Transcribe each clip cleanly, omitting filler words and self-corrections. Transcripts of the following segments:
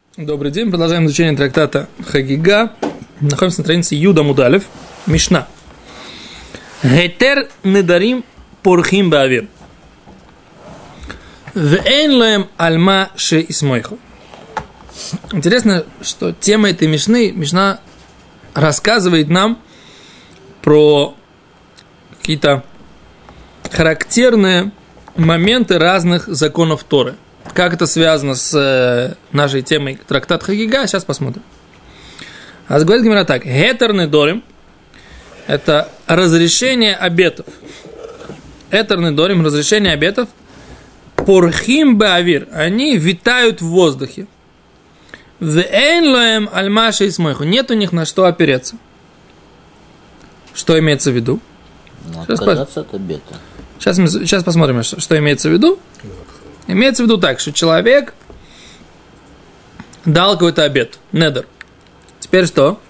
Добрый день, продолжаем изучение трактата Хагига. Находимся на странице Юда Мудалев, Мишна. Гетер недарим порхим баавир. Вэйн лоэм альма ше исмойху. Интересно, что тема этой Мишна рассказывает нам про какие-то характерные моменты разных законов Торы. Как это связано с нашей темой трактат Хагига, сейчас посмотрим. А говорит Гемара так: Гетер недорим – это разрешение обетов. Гетер недорим – разрешение обетов. Порхим баавир – они витают в воздухе. Вэйн лоэм альма ше исмойху – нет у них на что опереться. Что имеется в виду? Отказаться от обета. Сейчас посмотрим, что имеется в виду. Имеется в виду так, что человек дал какой-то обет, недер. Теперь что?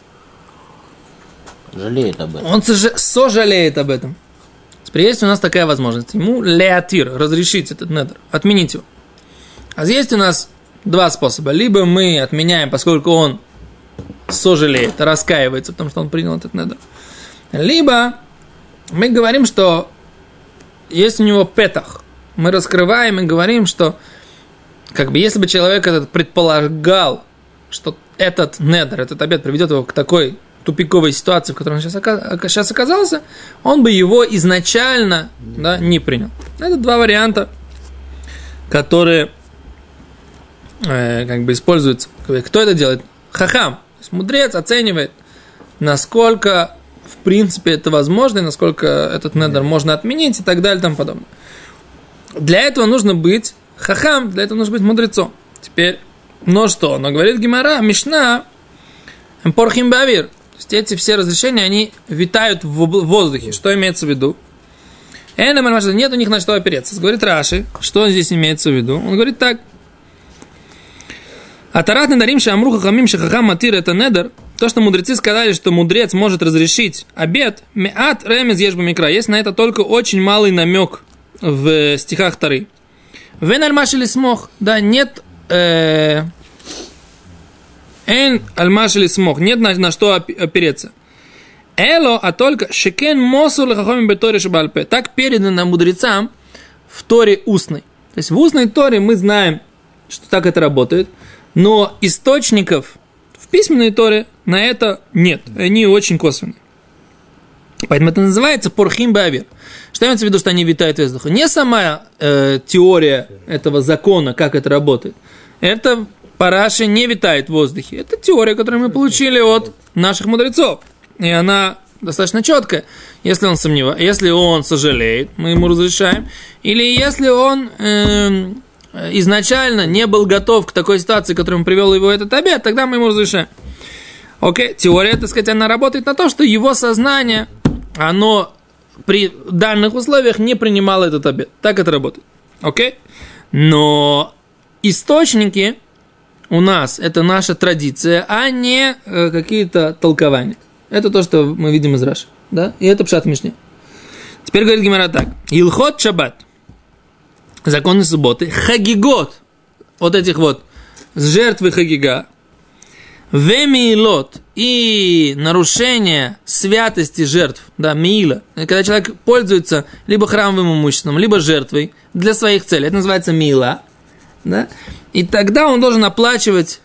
Жалеет об этом. Он сожалеет об этом. Теперь есть у нас такая возможность. Ему леатир, разрешить этот недер, отменить его. А есть у нас два способа. Либо мы отменяем, поскольку он сожалеет, раскаивается, потому что он принял этот недер. Либо мы говорим, что есть у него петах. Мы раскрываем и говорим, что как бы если бы человек этот предполагал, что этот недер, этот обет приведет его к такой тупиковой ситуации, в которой он сейчас оказался, он бы его изначально не принял. Это два варианта, которые как бы используются. Кто это делает? Хахам. То есть мудрец оценивает, насколько в принципе это возможно, и насколько этот недер можно отменить и так далее и тому подобное. Для этого нужно быть хахам, для этого нужно быть мудрецом. Теперь, но говорит Гемара, Мишна, порхим баавир. То есть эти все разрешения, они витают в воздухе. Что имеется в виду? Нет у них на что опереться. Говорит Раши, что здесь имеется в виду? Он говорит так. Атарат недарим шамру хахамим шахахам матир это недер. То, что мудрецы сказали, что мудрец может разрешить обет, меат ремез ешба микра. Есть на это только очень малый намек в стихах Торы. Вен альмашили смог. Да, нет эн альмашили смог. Нет на что опереться. Эло, а только шекен мосур лехахомим беторе шабальпе. Так передано мудрецам в Торе устной. То есть в устной Торе мы знаем, что так это работает, но источников в письменной Торе на это нет. Они очень косвенные. Поэтому это называется порхим баавир. Что имеется в виду, что они витают в воздухе? Не сама теория этого закона, как это работает. Это параши не витает в воздухе. Это теория, которую мы получили от наших мудрецов. И она достаточно четкая. Если он сомневается, если он сожалеет, мы ему разрешаем. Или если он изначально не был готов к такой ситуации, к которой привел его этот обет, тогда мы ему разрешаем. Окей, теория, так сказать, она работает на то, что его сознание, оно при данных условиях не принимало этот обет. Так это работает. Окей? Но источники у нас, это наша традиция, а не какие-то толкования. Это то, что мы видим из Раши. Да? И это пшат в Мишне. Теперь говорит Гемара так. Илхот шаббат. Законы субботы. Хагигот. Вот этих вот жертвы хагига. Вемиилот и нарушение святости жертв, да, миила, когда человек пользуется либо храмовым имуществом, либо жертвой для своих целей, это называется миила, да, и тогда он должен оплачивать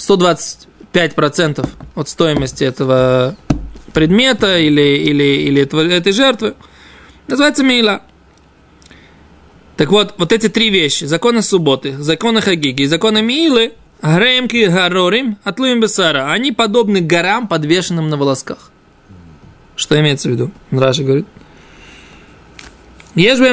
125% от стоимости этого предмета или этой жертвы, называется миила. Так вот эти три вещи, законы субботы, законы хагиги и законы миилы, Гремки гарорим атлуим бесара. Они подобны горам, подвешенным на волосках. Что имеется в виду? Раши говорит. Есть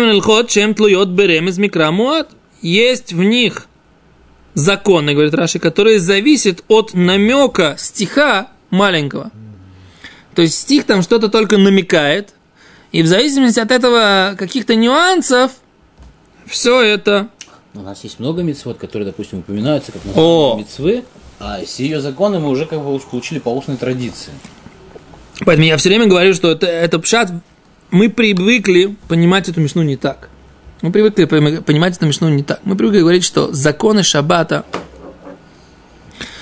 в них законы, говорит Раши, которые зависят от намека стиха маленького. То есть стих там что-то только намекает, и в зависимости от этого каких-то нюансов все это... У нас есть много мицвот, которые, допустим, упоминаются как название мицвы, а все ее законы мы уже как бы получили по устной традиции. Поэтому я все время говорю, что это пшат. Мы привыкли понимать эту мишну не так. Мы привыкли говорить, что законы шаббата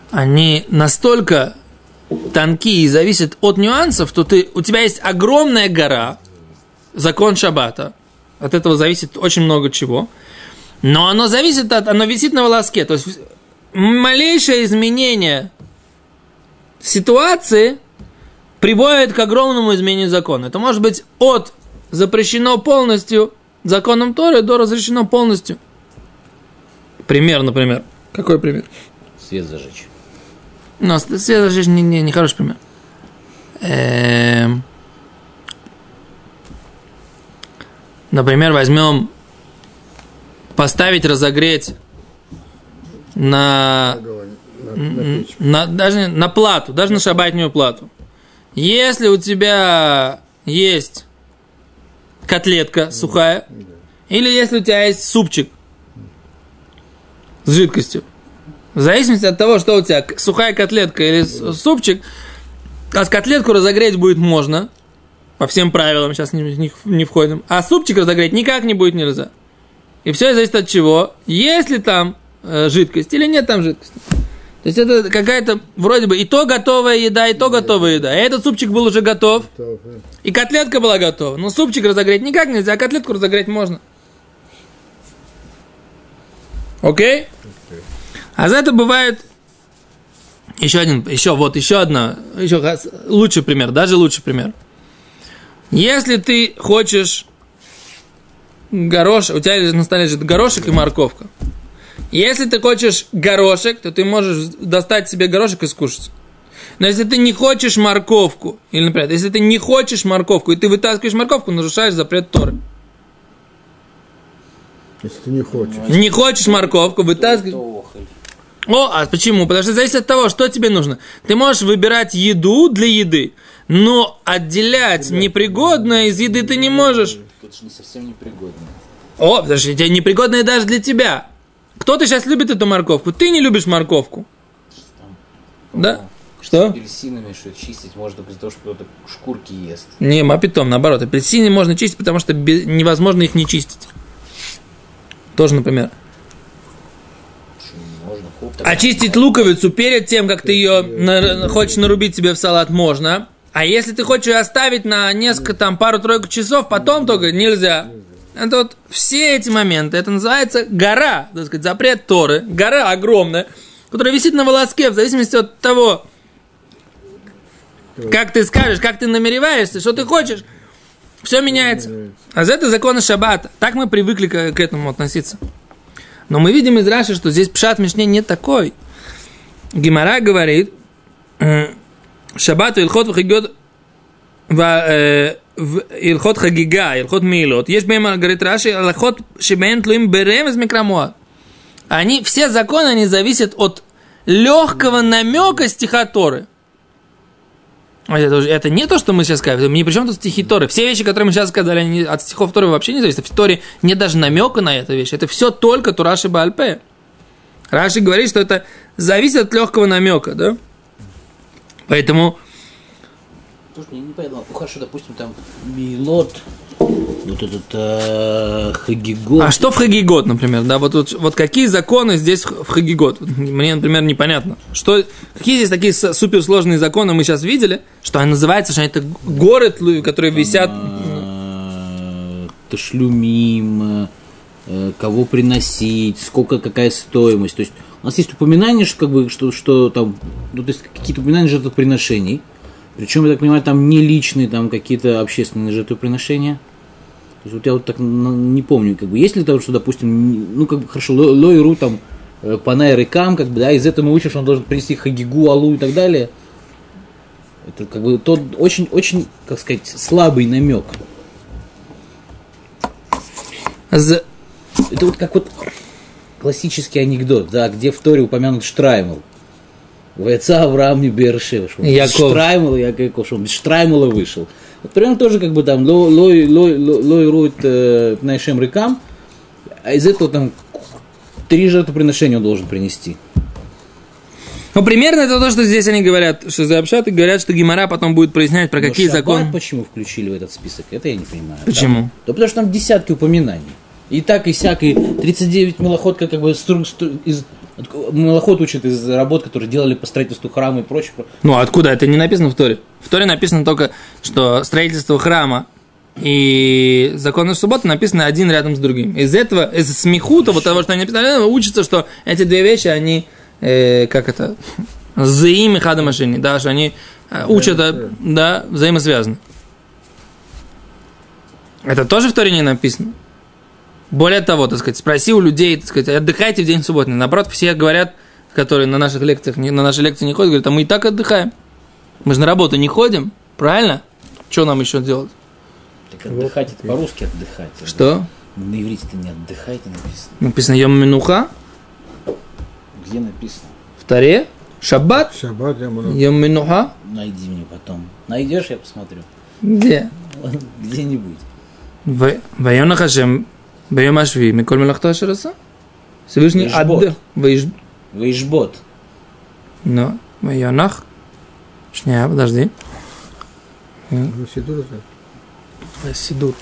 они настолько тонкие и зависят от нюансов, то у тебя есть огромная гора, закон шаббата, от этого зависит очень много чего, но оно висит на волоске, то есть малейшее изменение ситуации приводит к огромному изменению закона. Это может быть от запрещено полностью законом Торы до разрешено полностью. Пример, например. Какой пример? Свет зажечь. Но свет зажечь не хороший пример. Например, возьмем поставить, разогреть даже на плату, даже на шаббатную плату. Если у тебя есть котлетка сухая, или если у тебя есть супчик с жидкостью, в зависимости от того, что у тебя сухая котлетка или супчик, а котлетку разогреть будет можно, по всем правилам, сейчас не входим, а супчик разогреть никак не будет нельзя. И все зависит от чего, есть ли там жидкость или нет там жидкости. То есть это какая-то вроде бы и то готовая еда, и то готовая еда. И этот супчик был уже готов, и котлетка была готова. Но супчик разогреть никак нельзя, а котлетку разогреть можно. Окей? А за это бывает еще лучший пример, даже лучший пример. Если ты хочешь горошек, у тебя на столе лежит горошек и морковка. Если ты хочешь горошек, то ты можешь достать себе горошек и скушать. Но если ты не хочешь морковку, или, например, если ты не хочешь морковку, и ты вытаскиваешь морковку, нарушаешь запрет Торы. Если ты не хочешь. Не хочешь морковку, вытаскиваешь. А почему? Потому что зависит от того, что тебе нужно. Ты можешь выбирать еду для еды, но отделять непригодное из еды ты не можешь. Это же не совсем непригодное. Потому что это непригодное даже для тебя. Кто-то сейчас любит эту морковку, ты не любишь морковку. Да? Что? С апельсинами, что чистить можно только из-за того, что кто-то шкурки ест. Не, мапитом, наоборот. Апельсины можно чистить, потому что невозможно их не чистить. Тоже, например. Очистить луковицу перед тем, как ты ее хочешь нарубить себе в салат, можно. А если ты хочешь ее оставить на несколько, пару-тройку часов, потом только нельзя. Это вот все эти моменты, это называется гора, так сказать, запрет Торы, гора огромная, которая висит на волоске, в зависимости от того, как ты скажешь, как ты намереваешься, что ты хочешь, все меняется. А за это законы шаббата. Так мы привыкли к этому относиться. Но мы видим из Раши, что здесь пшат в Мишне не такой. Гемара говорит, шаббату илхот вхигот Илхот хагига, илхот мейлот. Есть бейма, говорит Раши, илхот шебен тлуим берем из микромуа. Они, все законы, они зависят от легкого намека стиха Торы. Это не то, что мы сейчас сказали. Не при чем тут стихи Торы. Все вещи, которые мы сейчас сказали, они от стихов Торы вообще не зависят. В Торе нет даже намека на эту вещь. Это все только Тура шеба аль-пе. Раши говорит, что это зависит от легкого намека, да? Поэтому... Слушай, я не понял, хорошо, допустим, там мейлот, вот этот хагигот. А что в хагигот, например? Да, вот какие законы здесь в хагигот? Мне, например, непонятно. Какие здесь такие суперсложные законы мы сейчас видели, что они называются, что это горы, которые висят... Ташлюмим, кого приносить, какая стоимость. То есть у нас есть упоминание, что там, то есть какие-то упоминания жертвоприношений. Причем, я так понимаю, там не личные, там какие-то общественные жертвоприношения. То есть вот я вот так не помню, есть ли там, что, допустим, хорошо, лойру там панай рекам, из этого мы учим, что он должен принести хагигу, алу и так далее. Это тот очень, как сказать, слабый намек. Это вот как классический анекдот, да, где в Торе упомянут Штраймл. Вайца Авраам не Бершева, что он без Штраймла, Яков, что он без Штраймла вышел. Вот примерно тоже там лой рует Найшем Рекам, а из этого там 3 жертвоприношения он должен принести. Примерно это то, что здесь они говорят, что за Апшат, говорят, что Гемара потом будет прояснять, про какие законы. Почему включили в этот список? Это я не понимаю. Почему? Да потому что там десятки упоминаний. И так, и сяк, и 39 милоход, из Малахот учат из работ, которые делали по строительству храма и прочее. Ну, откуда? Это не написано в Торе. В Торе написано только, что строительство храма и законы субботы написаны один рядом с другим. Из этого, из смехута, вот того, что они написали, учится, что эти две вещи, они, заим и хада машини, да, что они учат, да, взаимосвязаны. Это тоже в Торе не написано. Более того, так сказать, спроси у людей, так сказать, отдыхайте в день субботний. Наоборот, все говорят, которые на наших лекциях, на наши лекции не ходят, говорят, а мы и так отдыхаем. Мы же на работу не ходим, правильно? Что нам еще делать? Так отдыхать, это по-русски отдыхать. Что? На иврите-то не отдыхайте написано. Написано Йом Минуха. Где написано? В Торе. Шаббат. Йом Минуха. Найди мне потом. Найдешь, я посмотрю. Где? Где-нибудь. Вайонах Хашем Байом Ашви Миколь Мелахто Ашераса. Всевышний отдых. Ваишбот. Ну, Вайонах. Шня, подожди. Сидур. Сидур.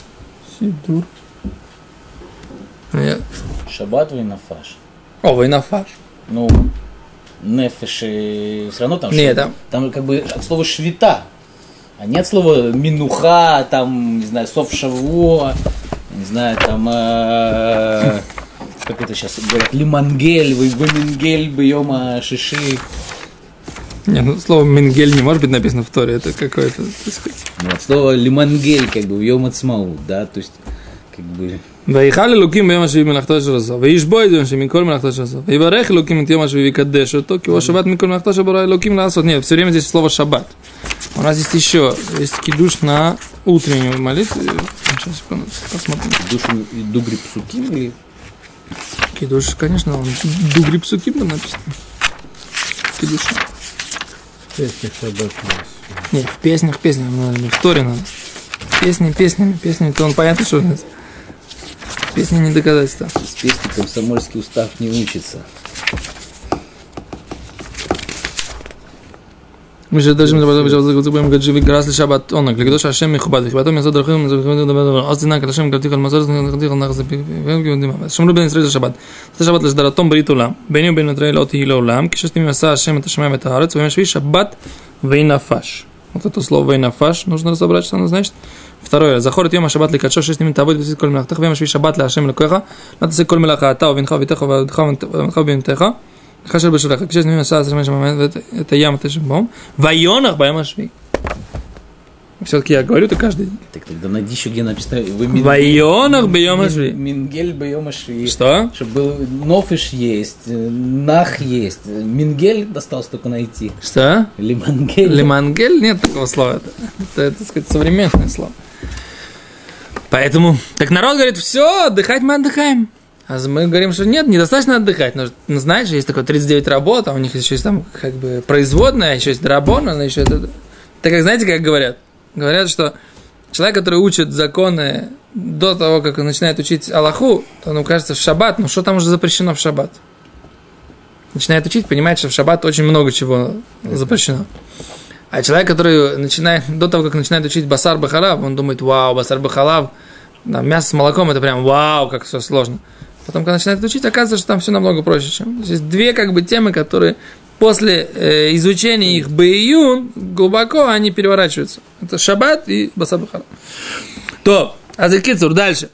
Шаббат вейнафаш. О, вейнафаш. Ну, нефеш все равно там... Нет, там как бы от слова швита. А нет слова минуха, там, не знаю, сов шавуа, не знаю, там... как это сейчас говорят? Лимангель, веймингель, бьема шиши. Не, ну слово Менгель не может быть написано в Торе, это какое-то, так сказать. Вот, слово лимангель, как бы, в Йом Ацмаут, да, то есть, как бы... ויחל אלוקים ביום השביעי מלאכתו של עשו, וישבוע את יום השביעי מכל מלאכתו של עשו, ויברך אלוקים את יום השביעי ויקדש אותו, כי הוא השבת מכל мелахто שבורא אלוקים לעשות. Нет, все время здесь слово шаббат. У нас здесь еще есть кидуш на утреннюю молитву. Сейчас, секунду, посмотрим. Кидуш дугри псуким или... Кидуш, конечно, он дугри псуким там написано. Кидуш. В песнях шаббат. Нет, в песнях, в Торе надо. Песнями, то он понятно, что у нас. Песни не доказательства. С песни комсомольский устав не учится. Мы же должны забываем гадживи грас ли шаббат онак, легдош Ашем михубад, потом я задрахим, оздинак Ашем гартикал мазар, гартикал нахаз, шумру бен Исраэль шаббат. Это шаббат лишь даратом брит улам, беню бен Исраэль от хило улам, кишестим яса Ашем это шамаем это арец, вем шви шаббат вейнафаш. Вот это слово вейнафаш нужно разобрать, что оно значит. Второе, заходит йом шаббат ликачо, шесть ними табой, висит коль мелахтах, вем шви шаббат лашем лекоха, надо се коль мелаха ата, винха витеха, винха бинтеха. חשב בשלך, כשאתם עשה עשרה שמאמן את הים התשבום, ויונח ביום השביעי. Все-таки я говорю это каждый день. Так тогда найди еще, где написано Вайонах бьем ашви. Мингель бьем ашви. Что? Чтобы был нофиш есть, нах есть. Мингель осталось только найти. Что? Лимангель. Лимангель? Нет такого слова. Это, так сказать, современное слово. Поэтому, так народ говорит, все, отдыхать мы отдыхаем. А мы говорим, что нет, недостаточно отдыхать. Но, знаешь, есть такое 39 работ, а у них еще есть там как бы производная, еще есть драбона, еще это. Так как, знаете, как говорят? Говорят, что человек, который учит законы до того, как он начинает учить Аллаху, то ему кажется в шаббат, ну что там уже запрещено в шаббат? Начинает учить, понимает, что в шаббат очень много чего запрещено. А человек, который начинает, до того, как начинает учить басар бахалав, он думает, вау, басар бахалав, мясо с молоком, это прям вау, как все сложно. Потом, когда начинает учить, оказывается, что там все намного проще, чем... Есть две как бы темы, которые после изучения их бейюн глубоко они переворачиваются. Это шаббат и басар бахалав. То, азекицур, дальше.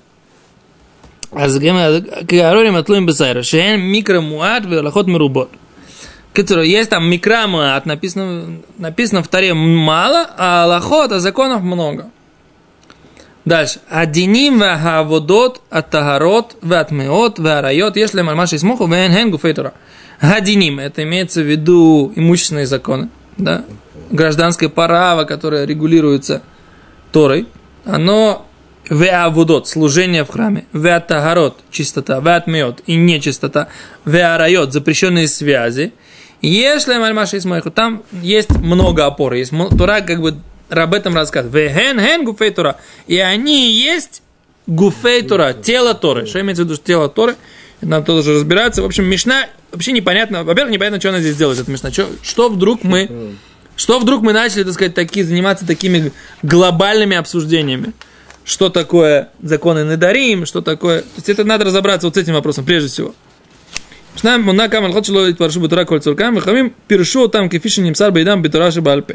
Азекицур, атлуим бесайра, шеен микро муат велахот мерубот. Кицур, есть там микро муат, написано в Торе мало, а алахот, а законов много. Дальше. Адиним вахаводот аттагарот ватмеот варайот если мальмаши смуху венген гуфейтура. Адиним, это имеется в виду имущественные законы, да? Гражданское право, которое регулируется Торой, оно веаводот, служение в храме, веаттагарот, чистота, веатмеот и нечистота, веарайот, запрещенные связи. Если мальмаши смуху, там есть много опор, есть Тора как бы об этом рассказывает. Веген гуфей Тора. И они есть гуфей Тора, тело Торы. Что имеется в виду, что тело Торы? Нам тоже разбираться. В общем, Мишна вообще непонятно. Во-первых, непонятно, что она здесь делает, эта Мишна. Что вдруг мы начали, так сказать, заниматься такими глобальными обсуждениями? Что такое законы Недарим? Что такое... То есть это надо разобраться вот с этим вопросом, прежде всего. Шнам мона кам алхот шло итваршу бетура коль цуркам, вехамим пиршу там кефиши нимсар бейдам бетура шебальпе.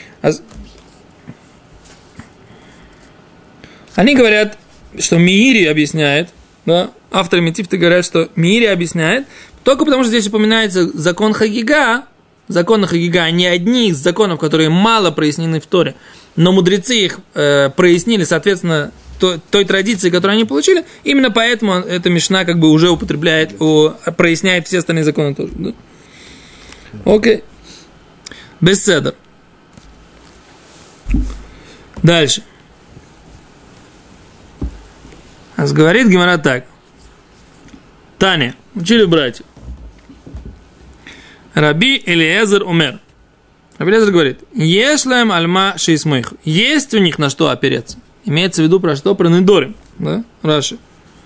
Они говорят, что Миири объясняет, да, авторы Метифты говорят, что Миири объясняет, только потому что здесь упоминается закон Хагига, законы Хагига, не одни из законов, которые мало прояснены в Торе, но мудрецы их прояснили, соответственно, той традиции, которую они получили, именно поэтому эта Мишна как бы уже употребляет, проясняет все остальные законы тоже. Да? Окей. Бесседер. Дальше. Говорит Гемара так. Таня, учили братья. Раби Элиэзер умер. Раби Элиэзер говорит, ешлем альма шейсмейх. Есть у них на что опереться. Имеется в виду про что? Про недорим. Да? Раши.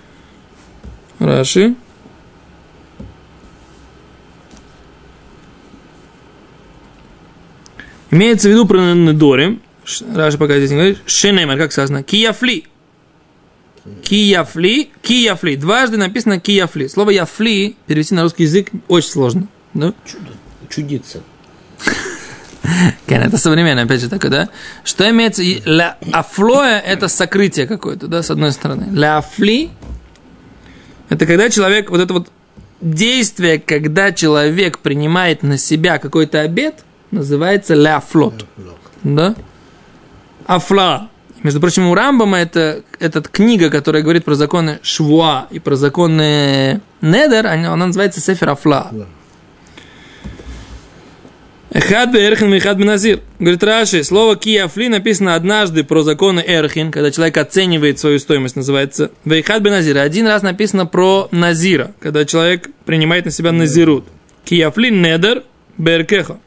Имеется в виду про недорим. Раши пока здесь не говорит. Шенеймар, как сказано? Кияфли. Кияфли. Дважды написано кияфли. Слово яфли перевести на русский язык очень сложно. Да? Чудится. Это современное, опять же, такое, да? Что имеется? Афлоя – это сокрытие какое-то, да, с одной стороны. Ляфли – это когда человек, вот это вот действие, когда человек принимает на себя какой-то обет, называется ляфлот. Да? Афла. Между прочим, у Рамбама это книга, которая говорит про законы Швуа и про законы Недер, она называется Сефер Афла. Эхад бе эрхин вехад бе назир. Говорит Раши, слово кияфли написано однажды про законы эрхин, когда человек оценивает свою стоимость, называется вехад бе назир. Один раз написано про назира, когда человек принимает на себя назирут. Кияфли недер беркеха.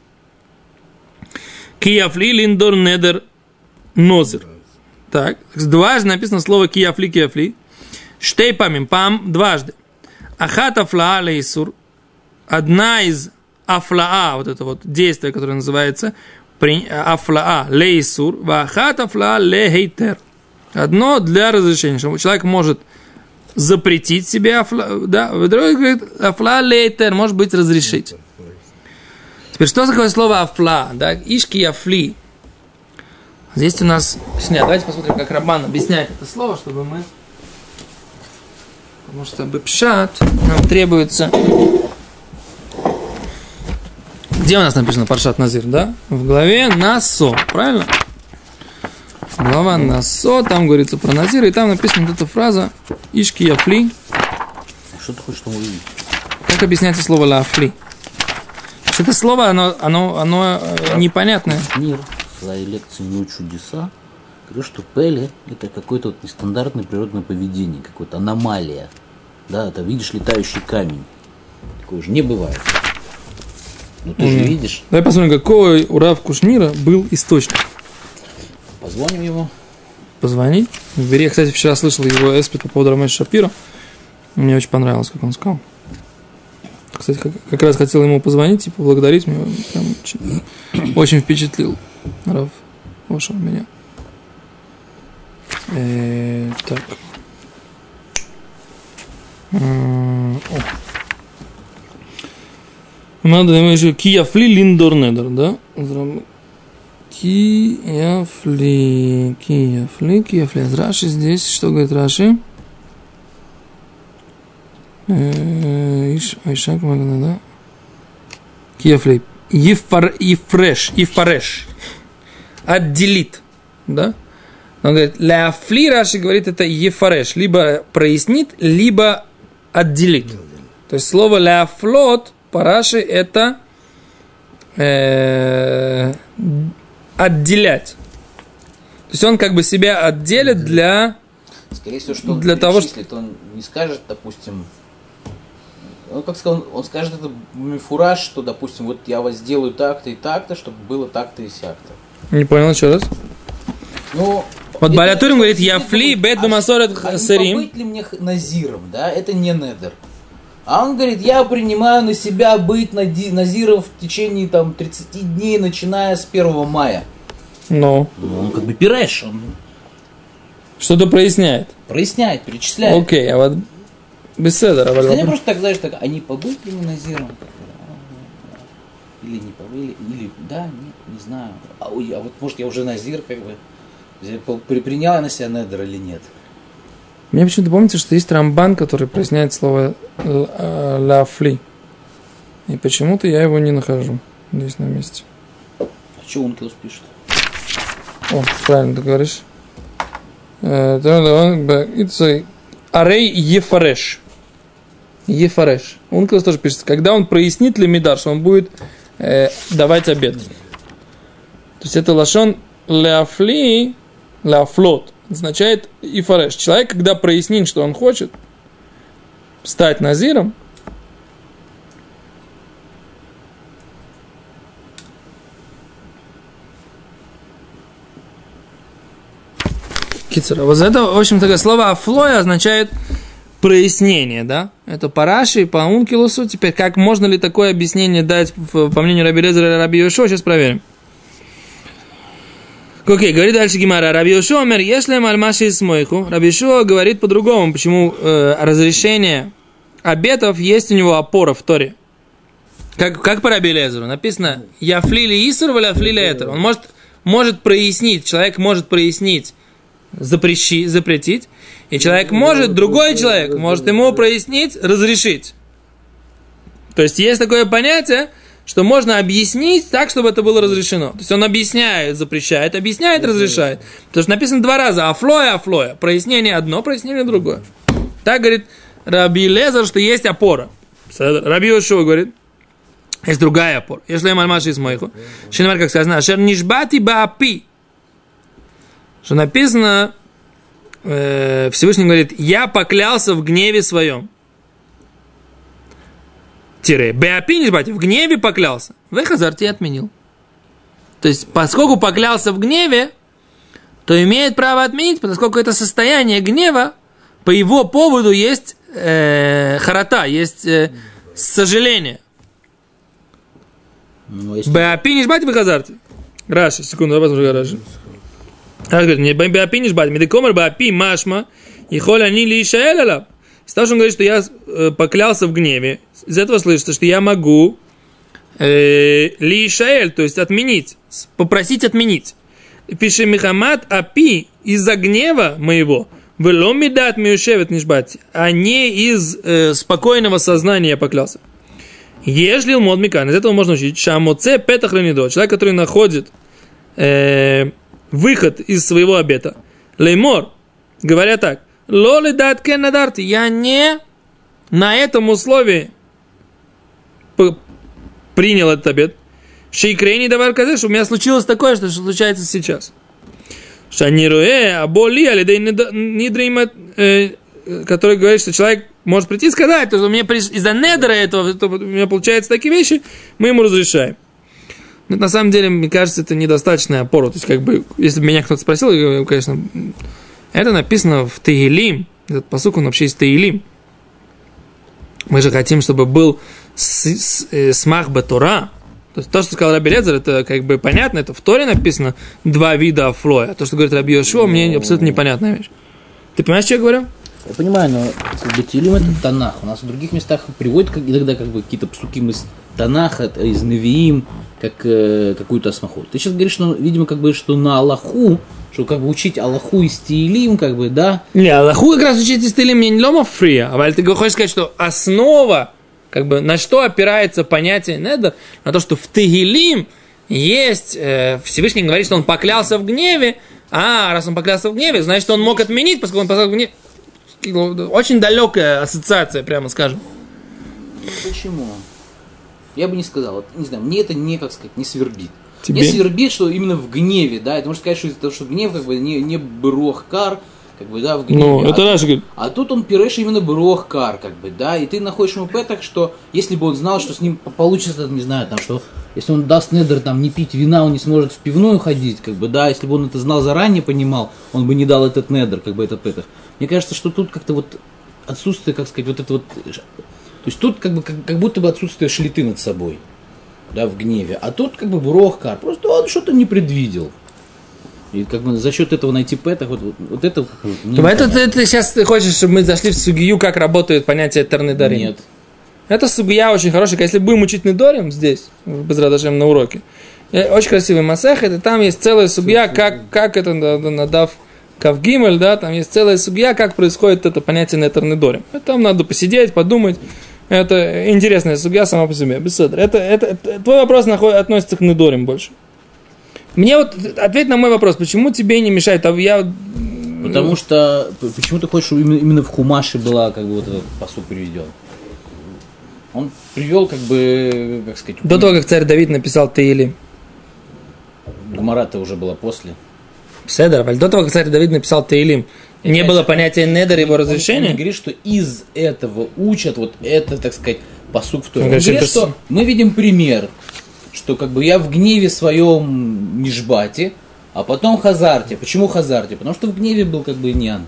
Кияфли линдор недер нозир. Так, дважды написано слово кияфли. Штей памим, пам дважды. Ахат афлаа лейсур. Одна из афлаа, вот это вот действие, которое называется афлаа лейсур. Вахат афлаа лехейтер. Одно для разрешения, что человек может запретить себе афлаа, да, другой говорит афлаа лейтер, может быть разрешить. Теперь, что такое слово афлаа, да, ишки афли. Здесь у нас... Давайте посмотрим, как Раббан объясняет это слово, чтобы мы... Потому что бепшат нам требуется... Где у нас написано Паршат Назир, да? В главе Насо, правильно? Глава Насо, там говорится про Назир, и там написана вот эта фраза Ишки Яфли. Что ты хочешь там увидеть? Как объясняется слово Лафли? Это слово, оно непонятное. Мир. В своей лекции «Не чудеса» говорю, что Пеле – это какое-то вот нестандартное природное поведение, какая-то аномалия. Да, это видишь летающий камень. Такое же не бывает. Ну ты же видишь. Давай посмотрим, какой у Рав Кушнира был источник. Позвоним ему. Позвони. Я, кстати, вчера слышал его эспит по поводу Рамеша Шапира. Мне очень понравилось, как он сказал. Кстати, как раз хотел ему позвонить и поблагодарить. Меня прям очень впечатлил Рав Оша меня. Так. Надо еще кияфли линдор недер, да? Кияфли. Раши здесь, что говорит Раши? Айшак Магна, да? Кияфли. Ифареш. Отделит, да? Он говорит, ляфли, Раши говорит, это ефареш, либо прояснит, либо отделит. То есть слово ляфлот по Раши это отделять. То есть он как бы себя отделит для... Скорее всего, что он для того, что... он не скажет, допустим... Он, как сказал, он скажет это мифураж, что, допустим, вот я вас сделаю так-то и так-то, чтобы было так-то и сяк-то. Не понял, еще раз. Ну... Вот Балятурин говорит, я фли, бет бамасорет сарим. Не быть ли мне назиром, да? Это не недер. А он говорит, я принимаю на себя быть назиром в течение там 30 дней, начиная с 1 мая. Ну, он как бы пиреш. Он что-то проясняет. Проясняет, перечисляет. Окей, а вот Беседа, Хотя просто так, знаешь, так, они побыли назиром? Или не побыли? Или да, нет, не знаю. А вот может я уже назир, как бы, принял я на себя недер или нет? Мне почему-то помните, что есть Рамбан, который проясняет слово «лафли». И почему-то я его не нахожу здесь на месте. А что Ункилус пишет? О, правильно ты говоришь. Арей Ефареш. Ефареш. Ункилус тоже пишет, когда он прояснит лемидар, что он будет давать обед. То есть это лашон «лафли», «лафлот». Означает ифареш. Человек, когда прояснит, что он хочет стать назиром, кицера. Вот это, в общем-то, слово афлоя означает прояснение, да? Это по Раши, по Ункилусу. Теперь, как можно ли такое объяснение дать, по мнению Раби Лезера или Раби Йошуа, сейчас проверим. Окей, говорит дальше Гемара. Раби Йошуа омер ешлем аль маши исмойху. Раби Йошуа говорит по-другому, почему разрешение обетов есть у него опора в Торе. Как по Раби Лезеру. Написано «Яфлили исур валяфлили этер». Он может прояснить, человек может прояснить, запретить, и человек может, другой человек может ему прояснить, разрешить. То есть есть такое понятие, что можно объяснить так, чтобы это было разрешено. То есть он объясняет, запрещает, объясняет, разрешает. Потому что написано два раза афлоя. Прояснение одно, прояснение другое. Так говорит Раби Лезер, что есть опора. Раби Йошуа говорит, есть другая опора. Если я мальмаши из моих, шинамар, как сказано, ашер нишбати баапи. Что написано, Всевышний говорит, я поклялся в гневе своем. Беапи нишбати, в гневе поклялся. Вехазарти отменил. То есть, поскольку поклялся в гневе, то имеет право отменить, поскольку это состояние гнева, по его поводу есть харата, есть сожаление. Беапи нишбати вехазарти. Раши, секунду, я посмотрю Раши. Раши говорит, не беапи нишбати, медекомер беапи машма, и холь они ли ишаэль алаб. Из того, что он говорит, что я поклялся в гневе, из этого слышится, что я могу лишаэль, то есть отменить, попросить отменить. Пиши Михамад апи из-за гнева моего, веломидат миушевет нишбати, а не из спокойного сознания я поклялся. Ежели мод микан, из этого можно учить, шамоце петах ленидо, человек, который находит выход из своего обета. Леймор, говоря так, лоли дат кен надарти, я не на этом условии принял этот обет. Шейкрейни давар казе, что у меня случилось такое, что случается сейчас. Шанируэ, аболи, алидей нидрейма, который говорит, что человек может прийти и сказать, что у меня из-за недра этого, у меня получаются такие вещи, мы ему разрешаем. Но на самом деле, мне кажется, это недостаточная опора. То есть, как бы, если бы меня кто-то спросил, я, конечно, это написано в Теилим, этот пасук, он вообще из Теилим. Мы же хотим, чтобы был смах бетора. То есть, то, что сказал Раби Лезер, это как бы понятно, это в Торе написано два вида афлоя. То, что говорит Раби Йошуа, мне абсолютно непонятная вещь. Ты понимаешь, что я говорю? Я понимаю, но как бы Теилим это Танах. У нас в других местах приводят иногда как бы какие-то псуким из Танаха, из Невиим, как какую-то асмаху. Ты сейчас говоришь, что, видимо, как бы, что на Аллаху, что как бы учить Аллаху из Теилим, как бы, да? Не, Аллаху как раз учить из Теилим мне не лома фрия, а ты хочешь сказать, что основа, как бы, на что опирается понятие недер, на то, что в Теилим есть, Всевышний говорит, что он поклялся в гневе, а раз он поклялся в гневе, значит, он мог отменить, поскольку он поклялся в гневе. Очень далекая ассоциация, прямо скажем. Почему? Я бы не сказал, не знаю, мне это не, как сказать, не свербит. Тебе? Мне свербит, что именно в гневе, да, это можно сказать, что гнев как бы не брох-кар, как бы, да, в гневе. Ну, это Раши говорит. А тут он пиреш именно брох-кар, как бы, да, и ты находишь ему петах, что если бы он знал, что с ним получится, не знаю, там, что если он даст недер, там, не пить вина, он не сможет в пивную ходить, как бы, да, если бы он это знал заранее, понимал, он бы не дал этот недер, как бы, этот петах. Мне кажется, что тут как-то вот отсутствие, как сказать, вот это вот, то есть тут как бы как будто бы отсутствие шлиты над собой, да, в гневе, а тут как бы брох-кар, просто он что-то не предвидел. И как бы за счет этого найти петах, вот это... Ты сейчас хочешь, чтобы мы зашли в сугию, как работает понятие тернедарим? Нет. Это сугия очень хорошая. Если будем учить недорим здесь, без радашем на уроке, очень красивый масехет, и там есть целая сугия, как это надав кавгимель, да, там есть целая сугия, как происходит это понятие нетернедорим. Там надо посидеть, подумать. Это интересная сугия сама по себе. Это твой вопрос относится к недорим больше. Мне вот ответь на мой вопрос, почему тебе не мешает? Потому что почему ты хочешь, чтобы именно в Хумаше была как бы вот этот пасук приведен? Он привел как бы, как сказать... До того, как царь Давид написал Теилим. Гумара-то уже была после. Седер, до того, как царь Давид написал Теилим, не было понятия недер его разрешения? Он говорит, что из этого учат вот это, так сказать, пасук в Торе. Он говорит, что мы видим пример, что как бы я в гневе своем нишбате, а потом хазарте. Почему хазарте? Потому что в гневе был как бы иньян.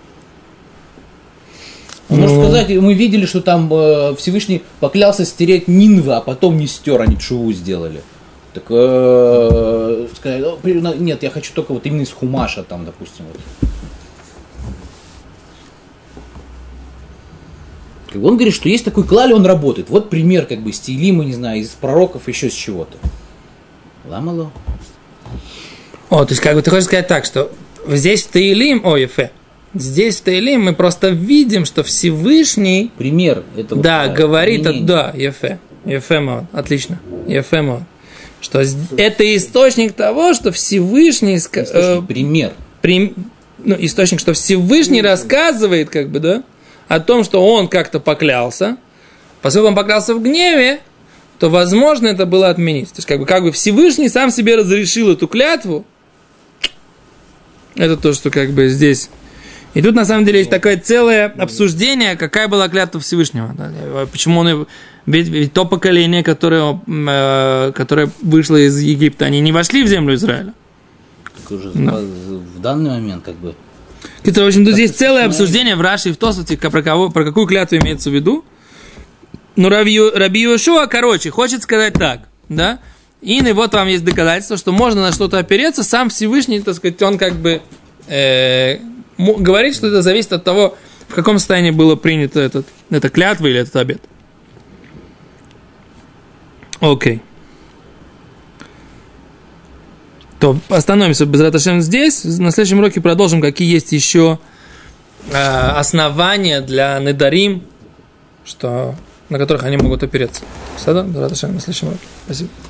Он может сказать, мы видели, что там Всевышний поклялся стереть Нинвы, а потом не стер, они чуву сделали. Так сказать, нет, я хочу только вот именно из Хумаша там, допустим. Вот. Как бы он говорит, что есть такой клаль, он работает. Вот пример как бы из Теилима, не знаю, из пророков, еще с чего-то. Ламало. То есть как бы ты хочешь сказать так, что здесь в Теилим, Ефе, здесь в Теилим мы просто видим, что Всевышний... Пример этого. Да, говорит, да, Ефе. Ефе мод, отлично. Ефе мод. Что это источник того, что Всевышний... пример. Источник, что Всевышний рассказывает, как бы, да, о том, что он как-то поклялся. Поскольку он поклялся в гневе, то, возможно, это было отменить. То есть, как бы Всевышний сам себе разрешил эту клятву. Это то, что как бы здесь... И тут, на самом деле, есть такое целое обсуждение, какая была клятва Всевышнего. Почему он... Ведь то поколение, которое вышло из Египта, они не вошли в землю Израиля. Так уже в данный момент как бы... В общем, тут есть целое обсуждение в Раши и в Тосфоте, про какую клятву имеется в виду. Но Раби Йошуа, хочет сказать так, да? И вот вам есть доказательство, что можно на что-то опереться, сам Всевышний, так сказать, он как бы говорит, что это зависит от того, в каком состоянии было принято эта клятва или этот обет. Окей. То остановимся Безрат Ашем здесь. На следующем уроке продолжим, какие есть еще основания для недарим, на которых они могут опереться. Безрат Ашем на следующем уроке. Спасибо.